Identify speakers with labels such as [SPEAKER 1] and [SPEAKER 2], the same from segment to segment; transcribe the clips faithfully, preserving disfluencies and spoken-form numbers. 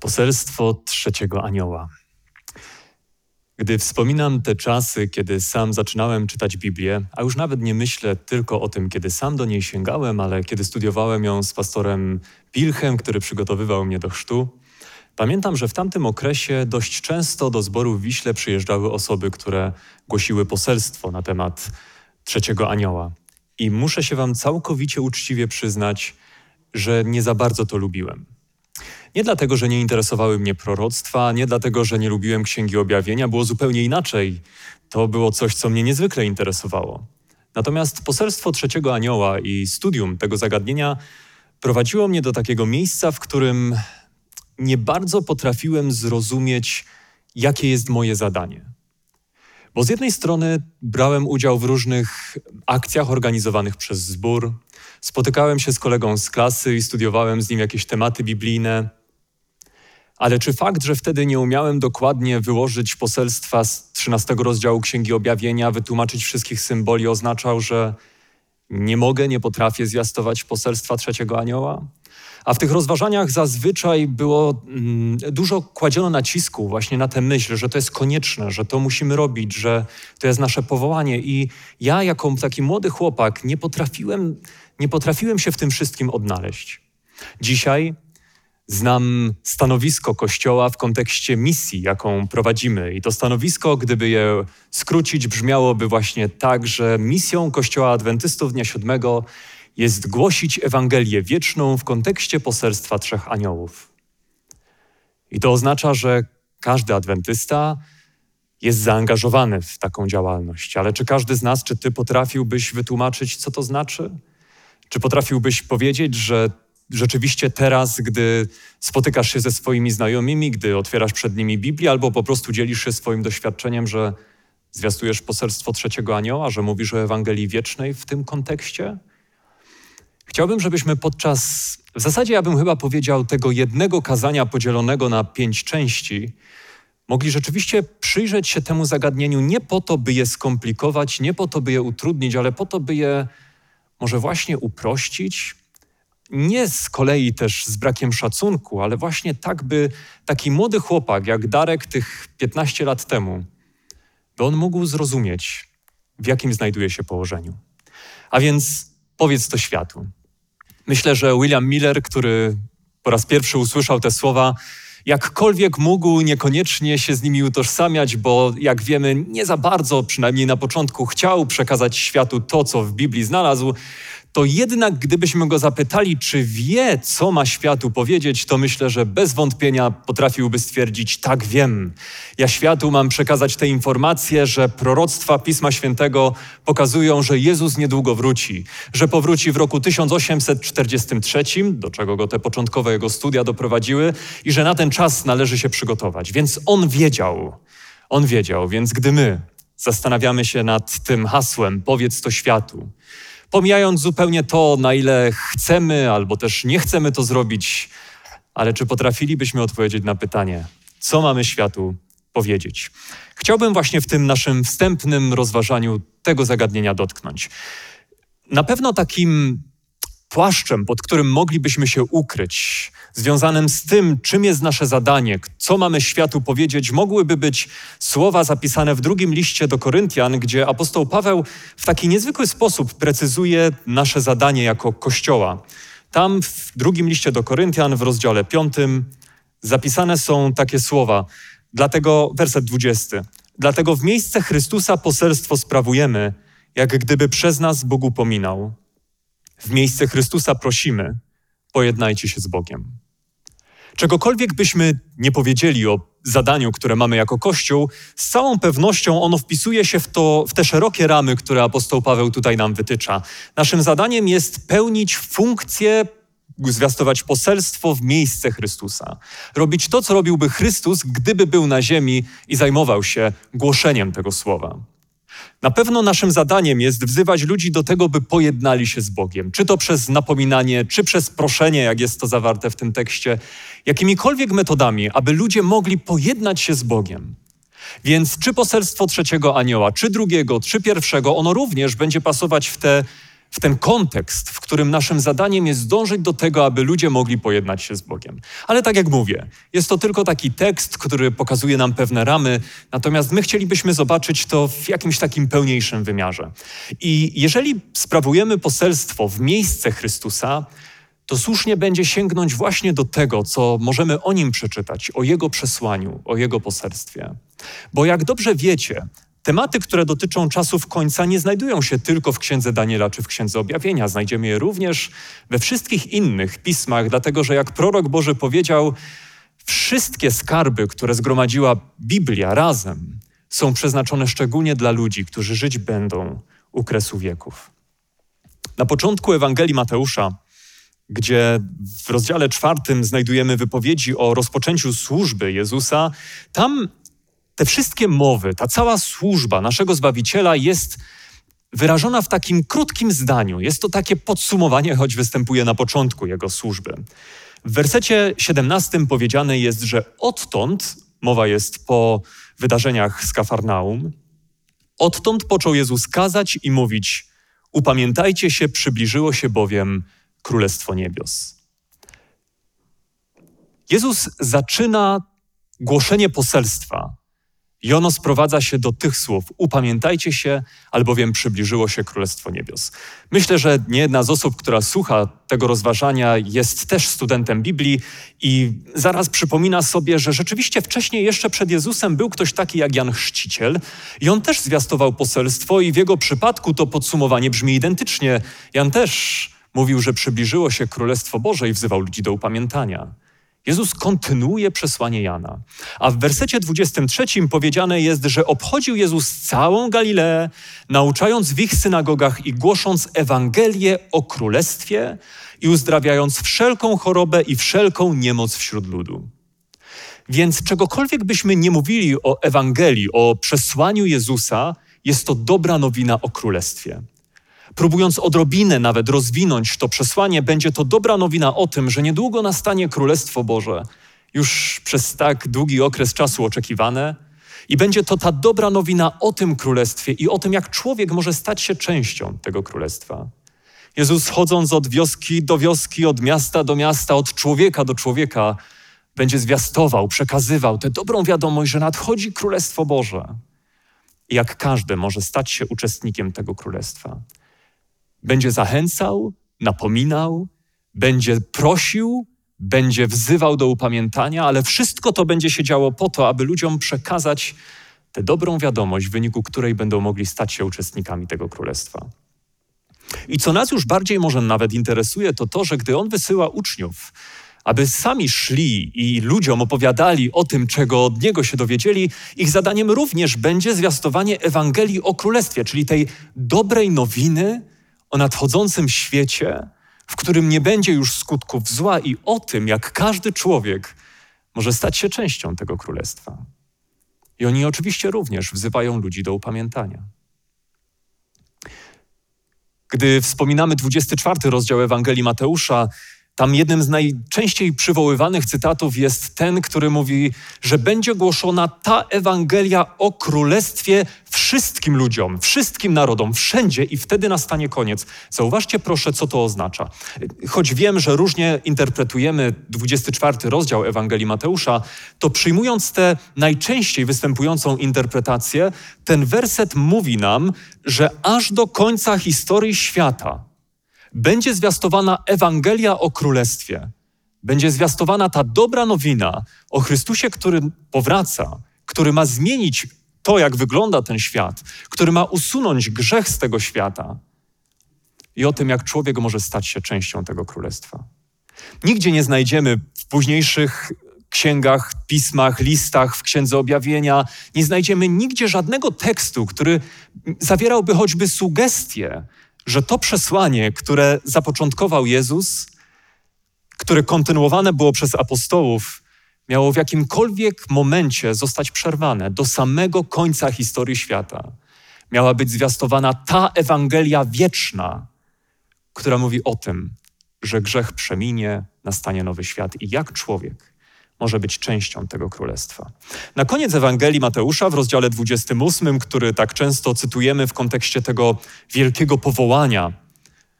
[SPEAKER 1] Poselstwo trzeciego anioła. Gdy wspominam te czasy, kiedy sam zaczynałem czytać Biblię, a już nawet nie myślę tylko o tym, kiedy sam do niej sięgałem, ale kiedy studiowałem ją z pastorem Pilchem, który przygotowywał mnie do chrztu, pamiętam, że w tamtym okresie dość często do zboru w Wiśle przyjeżdżały osoby, które głosiły poselstwo na temat trzeciego anioła. I muszę się wam całkowicie uczciwie przyznać, że nie za bardzo to lubiłem. Nie dlatego, że nie interesowały mnie proroctwa, nie dlatego, że nie lubiłem Księgi Objawienia, było zupełnie inaczej. To było coś, co mnie niezwykle interesowało. Natomiast poselstwo trzeciego anioła i studium tego zagadnienia prowadziło mnie do takiego miejsca, w którym nie bardzo potrafiłem zrozumieć, jakie jest moje zadanie. Bo z jednej strony brałem udział w różnych akcjach organizowanych przez zbór, spotykałem się z kolegą z klasy i studiowałem z nim jakieś tematy biblijne, ale czy fakt, że wtedy nie umiałem dokładnie wyłożyć poselstwa z trzynastego rozdziału Księgi Objawienia, wytłumaczyć wszystkich symboli, oznaczał, że nie mogę, nie potrafię zwiastować poselstwa trzeciego anioła? A w tych rozważaniach zazwyczaj było mm, dużo kładziono nacisku właśnie na tę myśl, że to jest konieczne, że to musimy robić, że to jest nasze powołanie. I ja jako taki młody chłopak nie potrafiłem, nie potrafiłem się w tym wszystkim odnaleźć. Dzisiaj znam stanowisko Kościoła w kontekście misji, jaką prowadzimy. I to stanowisko, gdyby je skrócić, brzmiałoby właśnie tak, że misją Kościoła Adwentystów Dnia Siódmego jest głosić Ewangelię wieczną w kontekście poselstwa trzech aniołów. I to oznacza, że każdy adwentysta jest zaangażowany w taką działalność. Ale czy każdy z nas, czy ty potrafiłbyś wytłumaczyć, co to znaczy? Czy potrafiłbyś powiedzieć, że rzeczywiście teraz, gdy spotykasz się ze swoimi znajomymi, gdy otwierasz przed nimi Biblię, albo po prostu dzielisz się swoim doświadczeniem, że zwiastujesz poselstwo trzeciego anioła, że mówisz o Ewangelii wiecznej w tym kontekście? Chciałbym, żebyśmy podczas, w zasadzie ja bym chyba powiedział, tego jednego kazania podzielonego na pięć części, mogli rzeczywiście przyjrzeć się temu zagadnieniu nie po to, by je skomplikować, nie po to, by je utrudnić, ale po to, by je może właśnie uprościć. Nie z kolei też z brakiem szacunku, ale właśnie tak, by taki młody chłopak jak Darek tych piętnaście lat temu, by on mógł zrozumieć, w jakim znajduje się położeniu. A więc powiedz to światu. Myślę, że William Miller, który po raz pierwszy usłyszał te słowa, jakkolwiek mógł niekoniecznie się z nimi utożsamiać, bo jak wiemy, nie za bardzo, przynajmniej na początku, chciał przekazać światu to, co w Biblii znalazł, to jednak gdybyśmy go zapytali, czy wie, co ma światu powiedzieć, to myślę, że bez wątpienia potrafiłby stwierdzić, tak wiem. Ja światu mam przekazać te informacje, że proroctwa Pisma Świętego pokazują, że Jezus niedługo wróci, że powróci w roku tysiąc osiemset czterdziestym trzecim, do czego go te początkowe jego studia doprowadziły, i że na ten czas należy się przygotować. Więc on wiedział, on wiedział, więc gdy my zastanawiamy się nad tym hasłem, powiedz to światu, pomijając zupełnie to, na ile chcemy albo też nie chcemy to zrobić, ale czy potrafilibyśmy odpowiedzieć na pytanie, co mamy światu powiedzieć? Chciałbym właśnie w tym naszym wstępnym rozważaniu tego zagadnienia dotknąć. Na pewno takim płaszczem, pod którym moglibyśmy się ukryć, związanym z tym, czym jest nasze zadanie, co mamy światu powiedzieć, mogłyby być słowa zapisane w drugim liście do Koryntian, gdzie apostoł Paweł w taki niezwykły sposób precyzuje nasze zadanie jako Kościoła. Tam w drugim liście do Koryntian w rozdziale piątym zapisane są takie słowa, dlatego werset dwudziesty. Dlatego w miejsce Chrystusa poselstwo sprawujemy, jak gdyby przez nas Bóg upominał. W miejsce Chrystusa prosimy, pojednajcie się z Bogiem. Czegokolwiek byśmy nie powiedzieli o zadaniu, które mamy jako Kościół, z całą pewnością ono wpisuje się w, to, w te szerokie ramy, które apostoł Paweł tutaj nam wytycza. Naszym zadaniem jest pełnić funkcję, zwiastować poselstwo w miejsce Chrystusa. Robić to, co robiłby Chrystus, gdyby był na ziemi i zajmował się głoszeniem tego słowa. Na pewno naszym zadaniem jest wzywać ludzi do tego, by pojednali się z Bogiem. Czy to przez napominanie, czy przez proszenie, jak jest to zawarte w tym tekście. Jakimikolwiek metodami, aby ludzie mogli pojednać się z Bogiem. Więc czy poselstwo trzeciego anioła, czy drugiego, czy pierwszego, ono również będzie pasować w te w ten kontekst, w którym naszym zadaniem jest dążyć do tego, aby ludzie mogli pojednać się z Bogiem. Ale tak jak mówię, jest to tylko taki tekst, który pokazuje nam pewne ramy, natomiast my chcielibyśmy zobaczyć to w jakimś takim pełniejszym wymiarze. I jeżeli sprawujemy poselstwo w miejsce Chrystusa, to słusznie będzie sięgnąć właśnie do tego, co możemy o Nim przeczytać, o Jego przesłaniu, o Jego poselstwie. Bo jak dobrze wiecie, tematy, które dotyczą czasów końca, nie znajdują się tylko w Księdze Daniela czy w Księdze Objawienia. Znajdziemy je również we wszystkich innych pismach, dlatego że jak prorok Boży powiedział, wszystkie skarby, które zgromadziła Biblia razem, są przeznaczone szczególnie dla ludzi, którzy żyć będą u kresu wieków. Na początku Ewangelii Mateusza, gdzie w rozdziale czwartym znajdujemy wypowiedzi o rozpoczęciu służby Jezusa, tam te wszystkie mowy, ta cała służba naszego Zbawiciela jest wyrażona w takim krótkim zdaniu. Jest to takie podsumowanie, choć występuje na początku Jego służby. W wersecie siedemnastym powiedziane jest, że odtąd, mowa jest po wydarzeniach z Kafarnaum, odtąd począł Jezus kazać i mówić: upamiętajcie się, przybliżyło się bowiem Królestwo Niebios. Jezus zaczyna głoszenie poselstwa i ono sprowadza się do tych słów: upamiętajcie się, albowiem przybliżyło się Królestwo Niebios. Myślę, że niejedna z osób, która słucha tego rozważania, jest też studentem Biblii i zaraz przypomina sobie, że rzeczywiście wcześniej, jeszcze przed Jezusem, był ktoś taki jak Jan Chrzciciel i on też zwiastował poselstwo i w jego przypadku to podsumowanie brzmi identycznie. Jan też mówił, że przybliżyło się Królestwo Boże i wzywał ludzi do upamiętania. Jezus kontynuuje przesłanie Jana. A w wersecie dwudziestym trzecim powiedziane jest, że obchodził Jezus całą Galileę, nauczając w ich synagogach i głosząc Ewangelię o Królestwie i uzdrawiając wszelką chorobę i wszelką niemoc wśród ludu. Więc czegokolwiek byśmy nie mówili o Ewangelii, o przesłaniu Jezusa, jest to dobra nowina o Królestwie. Próbując odrobinę nawet rozwinąć to przesłanie, będzie to dobra nowina o tym, że niedługo nastanie Królestwo Boże, już przez tak długi okres czasu oczekiwane, i będzie to ta dobra nowina o tym Królestwie i o tym, jak człowiek może stać się częścią tego Królestwa. Jezus, chodząc od wioski do wioski, od miasta do miasta, od człowieka do człowieka, będzie zwiastował, przekazywał tę dobrą wiadomość, że nadchodzi Królestwo Boże. I jak każdy może stać się uczestnikiem tego Królestwa. Będzie zachęcał, napominał, będzie prosił, będzie wzywał do upamiętania, ale wszystko to będzie się działo po to, aby ludziom przekazać tę dobrą wiadomość, w wyniku której będą mogli stać się uczestnikami tego Królestwa. I co nas już bardziej może nawet interesuje, to to, że gdy On wysyła uczniów, aby sami szli i ludziom opowiadali o tym, czego od Niego się dowiedzieli, ich zadaniem również będzie zwiastowanie Ewangelii o Królestwie, czyli tej dobrej nowiny o nadchodzącym świecie, w którym nie będzie już skutków zła, i o tym, jak każdy człowiek może stać się częścią tego Królestwa. I oni oczywiście również wzywają ludzi do upamiętania. Gdy wspominamy dwudziesty czwarty rozdział Ewangelii Mateusza, tam jednym z najczęściej przywoływanych cytatów jest ten, który mówi, że będzie głoszona ta Ewangelia o Królestwie wszystkim ludziom, wszystkim narodom, wszędzie, i wtedy nastanie koniec. Zauważcie proszę, co to oznacza. Choć wiem, że różnie interpretujemy dwudziesty czwarty rozdział Ewangelii Mateusza, to przyjmując tę najczęściej występującą interpretację, ten werset mówi nam, że aż do końca historii świata będzie zwiastowana Ewangelia o Królestwie. Będzie zwiastowana ta dobra nowina o Chrystusie, który powraca, który ma zmienić to, jak wygląda ten świat, który ma usunąć grzech z tego świata, i o tym, jak człowiek może stać się częścią tego Królestwa. Nigdzie nie znajdziemy w późniejszych księgach, pismach, listach, w Księdze Objawienia, nie znajdziemy nigdzie żadnego tekstu, który zawierałby choćby sugestię, że to przesłanie, które zapoczątkował Jezus, które kontynuowane było przez apostołów, miało w jakimkolwiek momencie zostać przerwane do samego końca historii świata. Miała być zwiastowana ta Ewangelia wieczna, która mówi o tym, że grzech przeminie, nastanie nowy świat i jak człowiek może być częścią tego Królestwa. Na koniec Ewangelii Mateusza w rozdziale dwudziestym ósmym, który tak często cytujemy w kontekście tego wielkiego powołania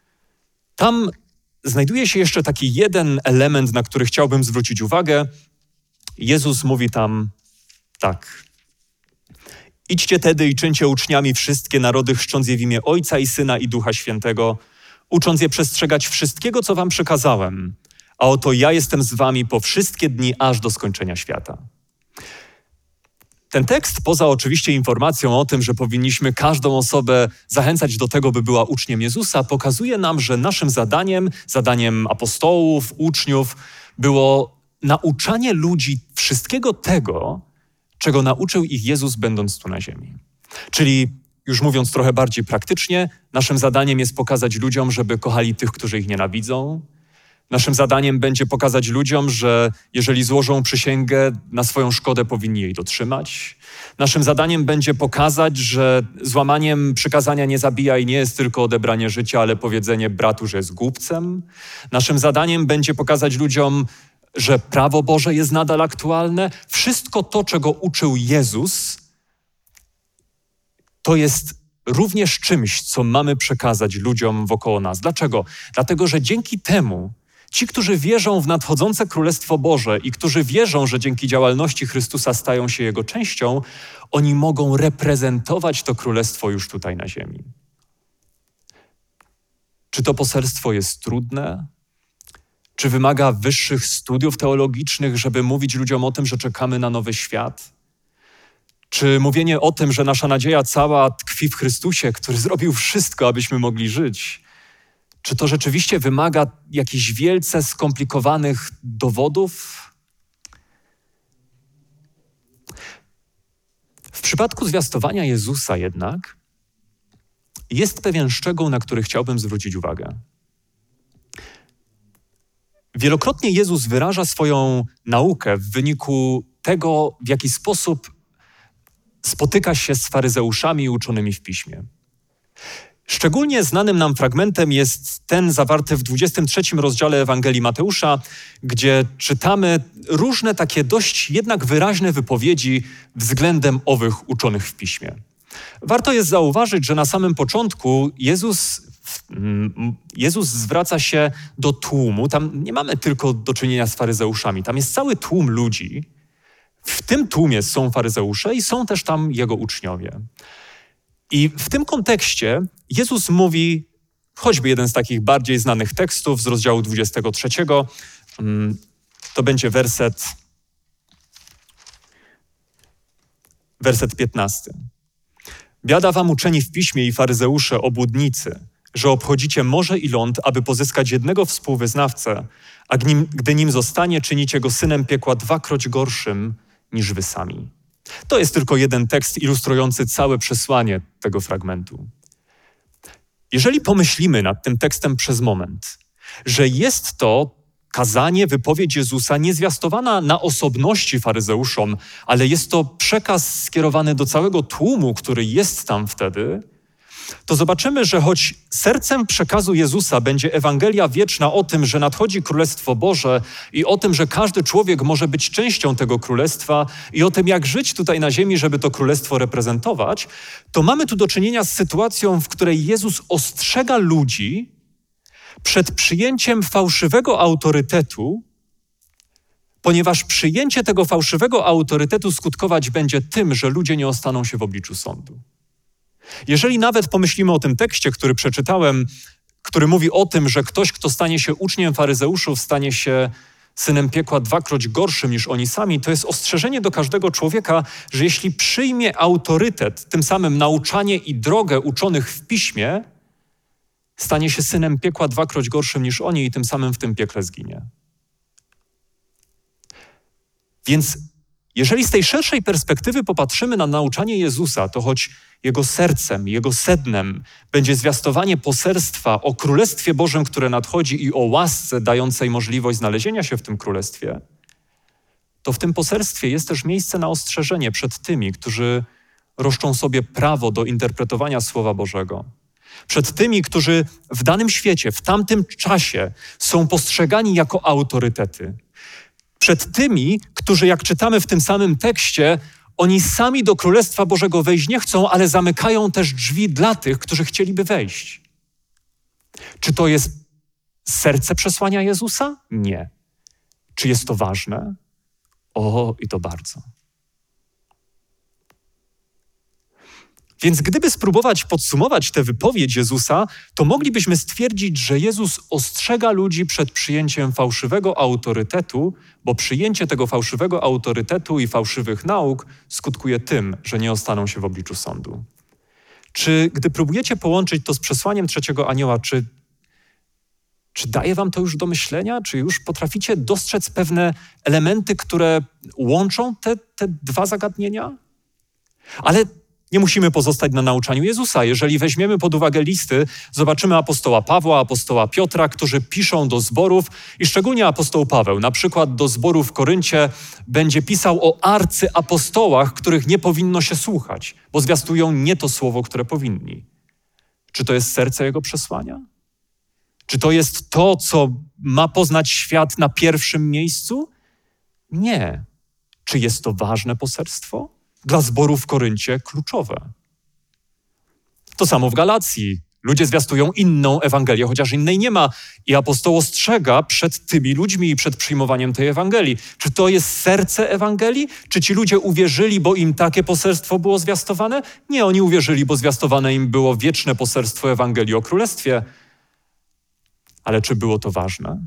[SPEAKER 1] tam znajduje się jeszcze taki jeden element, na który chciałbym zwrócić uwagę. Jezus mówi tam tak. Idźcie tedy i czyńcie uczniami wszystkie narody, chrzcząc je w imię Ojca i Syna i Ducha Świętego, ucząc je przestrzegać wszystkiego, co wam przekazałem. A oto ja jestem z wami po wszystkie dni, aż do skończenia świata. Ten tekst, poza oczywiście informacją o tym, że powinniśmy każdą osobę zachęcać do tego, by była uczniem Jezusa, pokazuje nam, że naszym zadaniem, zadaniem apostołów, uczniów, było nauczanie ludzi wszystkiego tego, czego nauczył ich Jezus, będąc tu na ziemi. Czyli, już mówiąc trochę bardziej praktycznie, naszym zadaniem jest pokazać ludziom, żeby kochali tych, którzy ich nienawidzą. Naszym zadaniem będzie pokazać ludziom, że jeżeli złożą przysięgę, na swoją szkodę powinni jej dotrzymać. Naszym zadaniem będzie pokazać, że złamaniem przykazania nie zabijaj nie jest tylko odebranie życia, ale powiedzenie bratu, że jest głupcem. Naszym zadaniem będzie pokazać ludziom, że prawo Boże jest nadal aktualne. Wszystko to, czego uczył Jezus, to jest również czymś, co mamy przekazać ludziom wokoło nas. Dlaczego? Dlatego, że dzięki temu ci, którzy wierzą w nadchodzące Królestwo Boże i którzy wierzą, że dzięki działalności Chrystusa stają się Jego częścią, oni mogą reprezentować to Królestwo już tutaj na ziemi. Czy to poselstwo jest trudne? Czy wymaga wyższych studiów teologicznych, żeby mówić ludziom o tym, że czekamy na nowy świat? Czy mówienie o tym, że nasza nadzieja cała tkwi w Chrystusie, który zrobił wszystko, abyśmy mogli żyć, czy to rzeczywiście wymaga jakichś wielce skomplikowanych dowodów? W przypadku zwiastowania Jezusa jednak jest pewien szczegół, na który chciałbym zwrócić uwagę. Wielokrotnie Jezus wyraża swoją naukę w wyniku tego, w jaki sposób spotyka się z faryzeuszami i uczonymi w Piśmie. Szczególnie znanym nam fragmentem jest ten zawarty w dwudziestym trzecim rozdziale Ewangelii Mateusza, gdzie czytamy różne takie dość jednak wyraźne wypowiedzi względem owych uczonych w Piśmie. Warto jest zauważyć, że na samym początku Jezus, Jezus zwraca się do tłumu. Tam nie mamy tylko do czynienia z faryzeuszami, tam jest cały tłum ludzi. W tym tłumie są faryzeusze i są też tam Jego uczniowie. I w tym kontekście Jezus mówi, choćby jeden z takich bardziej znanych tekstów z rozdziału dwudziestego trzeciego, to będzie werset, werset piętnasty. Biada wam uczeni w Piśmie i faryzeusze, obłudnicy, że obchodzicie morze i ląd, aby pozyskać jednego współwyznawcę, a gdy nim zostanie, czynicie go synem piekła dwakroć gorszym niż wy sami. To jest tylko jeden tekst ilustrujący całe przesłanie tego fragmentu. Jeżeli pomyślimy nad tym tekstem przez moment, że jest to kazanie, wypowiedź Jezusa niezwiastowana na osobności faryzeuszom, ale jest to przekaz skierowany do całego tłumu, który jest tam wtedy, to zobaczymy, że choć sercem przekazu Jezusa będzie Ewangelia wieczna o tym, że nadchodzi Królestwo Boże i o tym, że każdy człowiek może być częścią tego Królestwa i o tym, jak żyć tutaj na ziemi, żeby to Królestwo reprezentować, to mamy tu do czynienia z sytuacją, w której Jezus ostrzega ludzi przed przyjęciem fałszywego autorytetu, ponieważ przyjęcie tego fałszywego autorytetu skutkować będzie tym, że ludzie nie ostaną się w obliczu sądu. Jeżeli nawet pomyślimy o tym tekście, który przeczytałem, który mówi o tym, że ktoś, kto stanie się uczniem faryzeuszów, stanie się synem piekła dwakroć gorszym niż oni sami, to jest ostrzeżenie do każdego człowieka, że jeśli przyjmie autorytet, tym samym nauczanie i drogę uczonych w Piśmie, stanie się synem piekła dwakroć gorszym niż oni i tym samym w tym piekle zginie. Więc jeżeli z tej szerszej perspektywy popatrzymy na nauczanie Jezusa, to choć Jego sercem, Jego sednem będzie zwiastowanie poselstwa o Królestwie Bożym, które nadchodzi i o łasce dającej możliwość znalezienia się w tym Królestwie, to w tym poselstwie jest też miejsce na ostrzeżenie przed tymi, którzy roszczą sobie prawo do interpretowania Słowa Bożego. Przed tymi, którzy w danym świecie, w tamtym czasie są postrzegani jako autorytety. Przed tymi, którzy, jak czytamy w tym samym tekście, oni sami do Królestwa Bożego wejść nie chcą, ale zamykają też drzwi dla tych, którzy chcieliby wejść. Czy to jest serce przesłania Jezusa? Nie. Czy jest to ważne? O, i to bardzo. Więc gdyby spróbować podsumować tę wypowiedź Jezusa, to moglibyśmy stwierdzić, że Jezus ostrzega ludzi przed przyjęciem fałszywego autorytetu, bo przyjęcie tego fałszywego autorytetu i fałszywych nauk skutkuje tym, że nie ostaną się w obliczu sądu. Czy gdy próbujecie połączyć to z przesłaniem trzeciego anioła, czy, czy daje wam to już do myślenia? Czy już potraficie dostrzec pewne elementy, które łączą te, te dwa zagadnienia? Ale nie musimy pozostać na nauczaniu Jezusa. Jeżeli weźmiemy pod uwagę listy, zobaczymy apostoła Pawła, apostoła Piotra, którzy piszą do zborów i szczególnie apostoł Paweł, na przykład do zboru w Koryncie, będzie pisał o arcyapostołach, których nie powinno się słuchać, bo zwiastują nie to słowo, które powinni. Czy to jest serce jego przesłania? Czy to jest to, co ma poznać świat na pierwszym miejscu? Nie. Czy jest to ważne poselstwo? Dla zboru w Koryncie kluczowe. To samo w Galacji. Ludzie zwiastują inną Ewangelię, chociaż innej nie ma. I apostoł ostrzega przed tymi ludźmi i przed przyjmowaniem tej Ewangelii. Czy to jest serce Ewangelii? Czy ci ludzie uwierzyli, bo im takie poselstwo było zwiastowane? Nie, oni uwierzyli, bo zwiastowane im było wieczne poselstwo Ewangelii o Królestwie. Ale czy było to ważne?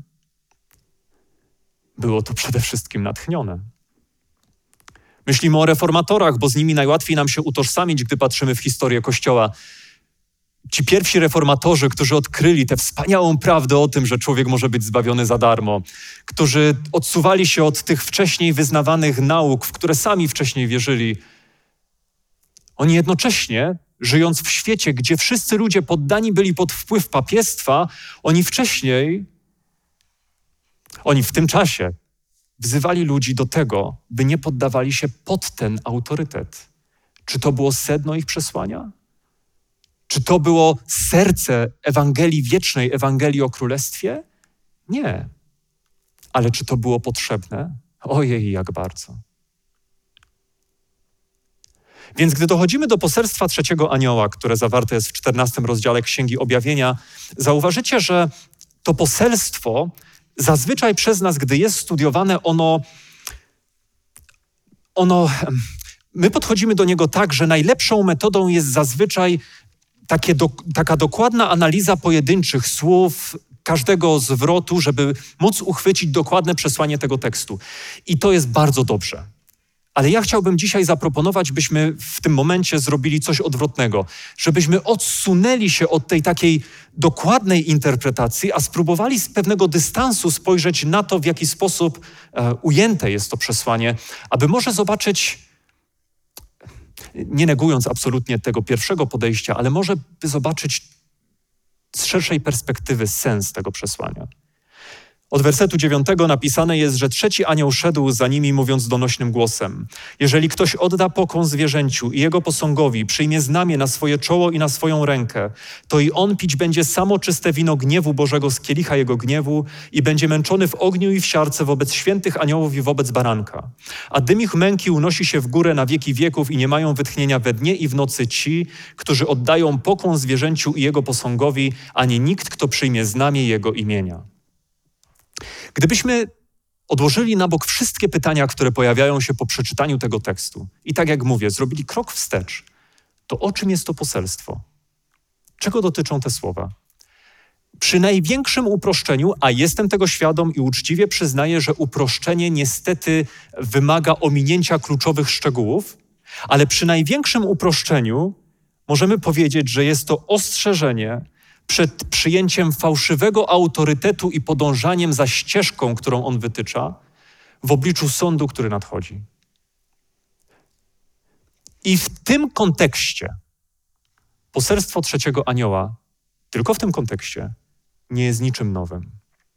[SPEAKER 1] Było to przede wszystkim natchnione. Myślimy o reformatorach, bo z nimi najłatwiej nam się utożsamić, gdy patrzymy w historię Kościoła. Ci pierwsi reformatorzy, którzy odkryli tę wspaniałą prawdę o tym, że człowiek może być zbawiony za darmo, którzy odsuwali się od tych wcześniej wyznawanych nauk, w które sami wcześniej wierzyli. Oni jednocześnie, żyjąc w świecie, gdzie wszyscy ludzie poddani byli pod wpływ papiestwa, oni wcześniej, oni w tym czasie wzywali ludzi do tego, by nie poddawali się pod ten autorytet. Czy to było sedno ich przesłania? Czy to było serce Ewangelii wiecznej, Ewangelii o Królestwie? Nie. Ale czy to było potrzebne? Ojej, jak bardzo. Więc gdy dochodzimy do poselstwa trzeciego anioła, które zawarte jest w czternastym rozdziale Księgi Objawienia, zauważycie, że to poselstwo zazwyczaj przez nas, gdy jest studiowane, ono, ono, my podchodzimy do niego tak, że najlepszą metodą jest zazwyczaj takie do, taka dokładna analiza pojedynczych słów, każdego zwrotu, żeby móc uchwycić dokładne przesłanie tego tekstu. I to jest bardzo dobrze. Ale ja chciałbym dzisiaj zaproponować, byśmy w tym momencie zrobili coś odwrotnego, żebyśmy odsunęli się od tej takiej dokładnej interpretacji, a spróbowali z pewnego dystansu spojrzeć na to, w jaki sposób e, ujęte jest to przesłanie, aby może zobaczyć, nie negując absolutnie tego pierwszego podejścia, ale może by zobaczyć z szerszej perspektywy sens tego przesłania. Od wersetu dziewiątego napisane jest, że trzeci anioł szedł za nimi, mówiąc donośnym głosem: jeżeli ktoś odda pokłon zwierzęciu i jego posągowi, przyjmie znamię na swoje czoło i na swoją rękę, to i on pić będzie samo czyste wino gniewu Bożego z kielicha jego gniewu i będzie męczony w ogniu i w siarce wobec świętych aniołów i wobec baranka. A dym ich męki unosi się w górę na wieki wieków i nie mają wytchnienia we dnie i w nocy ci, którzy oddają pokłon zwierzęciu i jego posągowi, ani nikt, kto przyjmie znamię jego imienia. Gdybyśmy odłożyli na bok wszystkie pytania, które pojawiają się po przeczytaniu tego tekstu i tak jak mówię, zrobili krok wstecz, to o czym jest to poselstwo? Czego dotyczą te słowa? Przy największym uproszczeniu, a jestem tego świadom i uczciwie przyznaję, że uproszczenie niestety wymaga ominięcia kluczowych szczegółów, ale przy największym uproszczeniu możemy powiedzieć, że jest to ostrzeżenie przed przyjęciem fałszywego autorytetu i podążaniem za ścieżką, którą on wytycza, w obliczu sądu, który nadchodzi. I w tym kontekście poselstwo trzeciego anioła, tylko w tym kontekście, nie jest niczym nowym.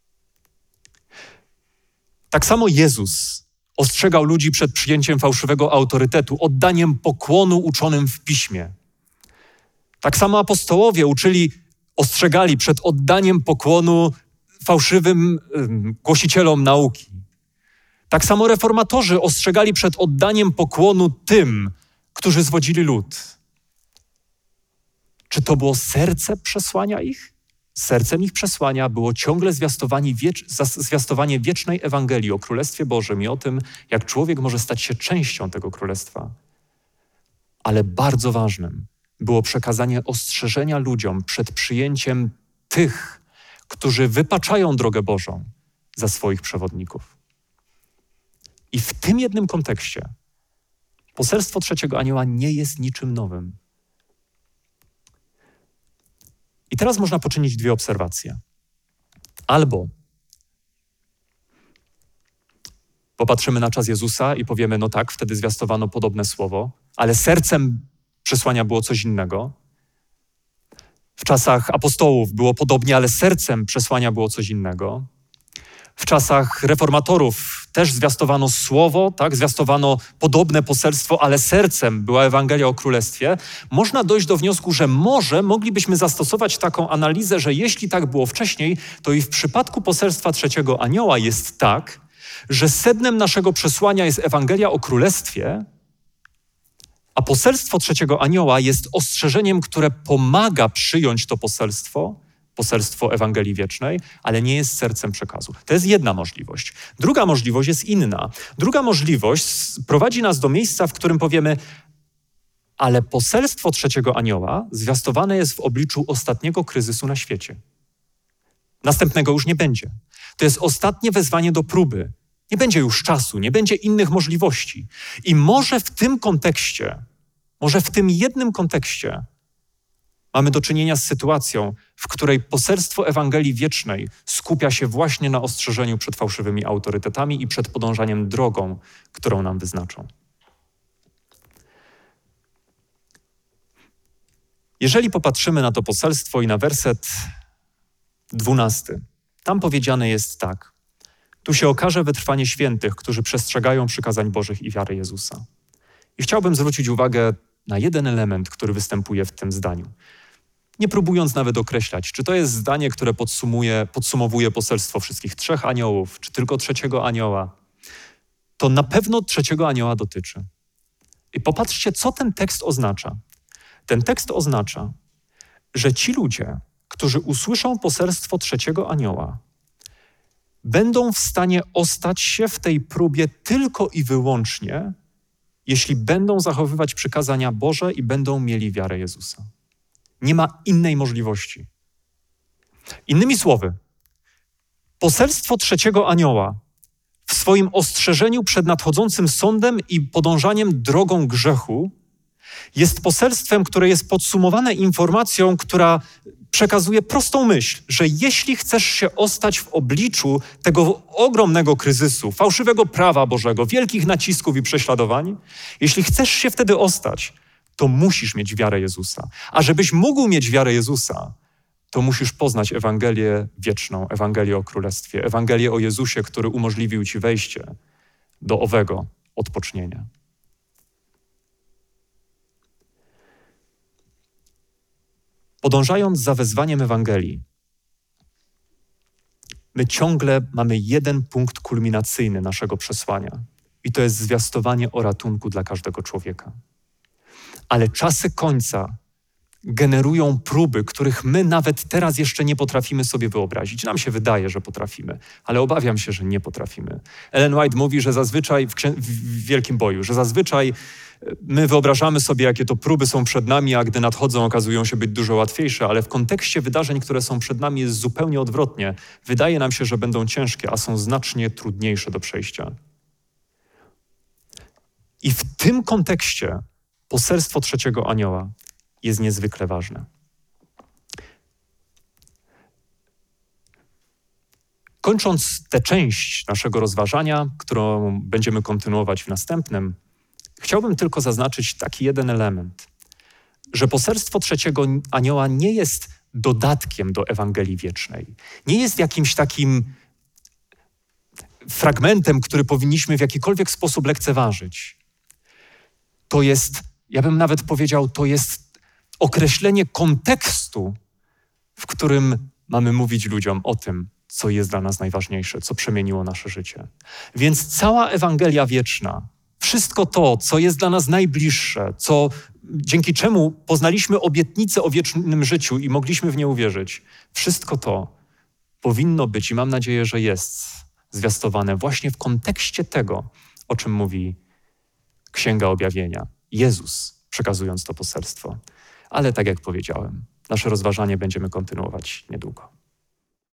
[SPEAKER 1] Tak samo Jezus ostrzegał ludzi przed przyjęciem fałszywego autorytetu, oddaniem pokłonu uczonym w piśmie. Tak samo apostołowie uczyli ostrzegali przed oddaniem pokłonu fałszywym um, głosicielom nauki. Tak samo reformatorzy ostrzegali przed oddaniem pokłonu tym, którzy zwodzili lud. Czy to było serce przesłania ich? Sercem ich przesłania było ciągle zwiastowanie, wiecz, zwiastowanie wiecznej Ewangelii o Królestwie Bożym i o tym, jak człowiek może stać się częścią tego Królestwa. Ale bardzo ważnym było przekazanie ostrzeżenia ludziom przed przyjęciem tych, którzy wypaczają drogę Bożą za swoich przewodników. I w tym jednym kontekście poselstwo trzeciego anioła nie jest niczym nowym. I teraz można poczynić dwie obserwacje. Albo popatrzymy na czas Jezusa i powiemy, no tak, wtedy zwiastowano podobne słowo, ale sercem przesłania było coś innego. W czasach apostołów było podobnie, ale sercem przesłania było coś innego. W czasach reformatorów też zwiastowano słowo, tak, zwiastowano podobne poselstwo, ale sercem była Ewangelia o Królestwie. Można dojść do wniosku, że może moglibyśmy zastosować taką analizę, że jeśli tak było wcześniej, to i w przypadku poselstwa trzeciego anioła jest tak, że sednem naszego przesłania jest Ewangelia o Królestwie, a poselstwo trzeciego anioła jest ostrzeżeniem, które pomaga przyjąć to poselstwo, poselstwo Ewangelii Wiecznej, ale nie jest sercem przekazu. To jest jedna możliwość. Druga możliwość jest inna. Druga możliwość prowadzi nas do miejsca, w którym powiemy, ale poselstwo trzeciego anioła zwiastowane jest w obliczu ostatniego kryzysu na świecie. Następnego już nie będzie. To jest ostatnie wezwanie do próby. Nie będzie już czasu, nie będzie innych możliwości. I może w tym kontekście, może w tym jednym kontekście mamy do czynienia z sytuacją, w której poselstwo Ewangelii Wiecznej skupia się właśnie na ostrzeżeniu przed fałszywymi autorytetami i przed podążaniem drogą, którą nam wyznaczą. Jeżeli popatrzymy na to poselstwo i na werset dwunasty, tam powiedziane jest tak. Tu się okaże wytrwanie świętych, którzy przestrzegają przykazań Bożych i wiary Jezusa. I chciałbym zwrócić uwagę na jeden element, który występuje w tym zdaniu. Nie próbując nawet określać, czy to jest zdanie, które podsumuje, podsumowuje poselstwo wszystkich trzech aniołów, czy tylko trzeciego anioła, to na pewno trzeciego anioła dotyczy. I popatrzcie, co ten tekst oznacza. Ten tekst oznacza, że ci ludzie, którzy usłyszą poselstwo trzeciego anioła, będą w stanie ostać się w tej próbie tylko i wyłącznie, jeśli będą zachowywać przykazania Boże i będą mieli wiarę Jezusa. Nie ma innej możliwości. Innymi słowy, poselstwo trzeciego anioła w swoim ostrzeżeniu przed nadchodzącym sądem i podążaniem drogą grzechu jest poselstwem, które jest podsumowane informacją, która przekazuje prostą myśl, że jeśli chcesz się ostać w obliczu tego ogromnego kryzysu, fałszywego prawa Bożego, wielkich nacisków i prześladowań, jeśli chcesz się wtedy ostać, to musisz mieć wiarę Jezusa. A żebyś mógł mieć wiarę Jezusa, to musisz poznać Ewangelię wieczną, Ewangelię o Królestwie, Ewangelię o Jezusie, który umożliwił ci wejście do owego odpocznienia. Podążając za wezwaniem Ewangelii, my ciągle mamy jeden punkt kulminacyjny naszego przesłania i to jest zwiastowanie o ratunku dla każdego człowieka. Ale czasy końca generują próby, których my nawet teraz jeszcze nie potrafimy sobie wyobrazić. Nam się wydaje, że potrafimy, ale obawiam się, że nie potrafimy. Ellen White mówi, że zazwyczaj w, księ- w Wielkim Boju, że zazwyczaj my wyobrażamy sobie, jakie to próby są przed nami, a gdy nadchodzą, okazują się być dużo łatwiejsze, ale w kontekście wydarzeń, które są przed nami, jest zupełnie odwrotnie. Wydaje nam się, że będą ciężkie, a są znacznie trudniejsze do przejścia. I w tym kontekście poselstwo trzeciego anioła jest niezwykle ważne. Kończąc tę część naszego rozważania, którą będziemy kontynuować w następnym, chciałbym tylko zaznaczyć taki jeden element, że poselstwo trzeciego anioła nie jest dodatkiem do Ewangelii Wiecznej. Nie jest jakimś takim fragmentem, który powinniśmy w jakikolwiek sposób lekceważyć. To jest, ja bym nawet powiedział, to jest określenie kontekstu, w którym mamy mówić ludziom o tym, co jest dla nas najważniejsze, co przemieniło nasze życie. Więc cała Ewangelia Wieczna, wszystko to, co jest dla nas najbliższe, co dzięki czemu poznaliśmy obietnicę o wiecznym życiu i mogliśmy w nie uwierzyć. Wszystko to powinno być i mam nadzieję, że jest zwiastowane właśnie w kontekście tego, o czym mówi Księga Objawienia. Jezus przekazując to poselstwo. Ale tak jak powiedziałem, nasze rozważanie będziemy kontynuować niedługo.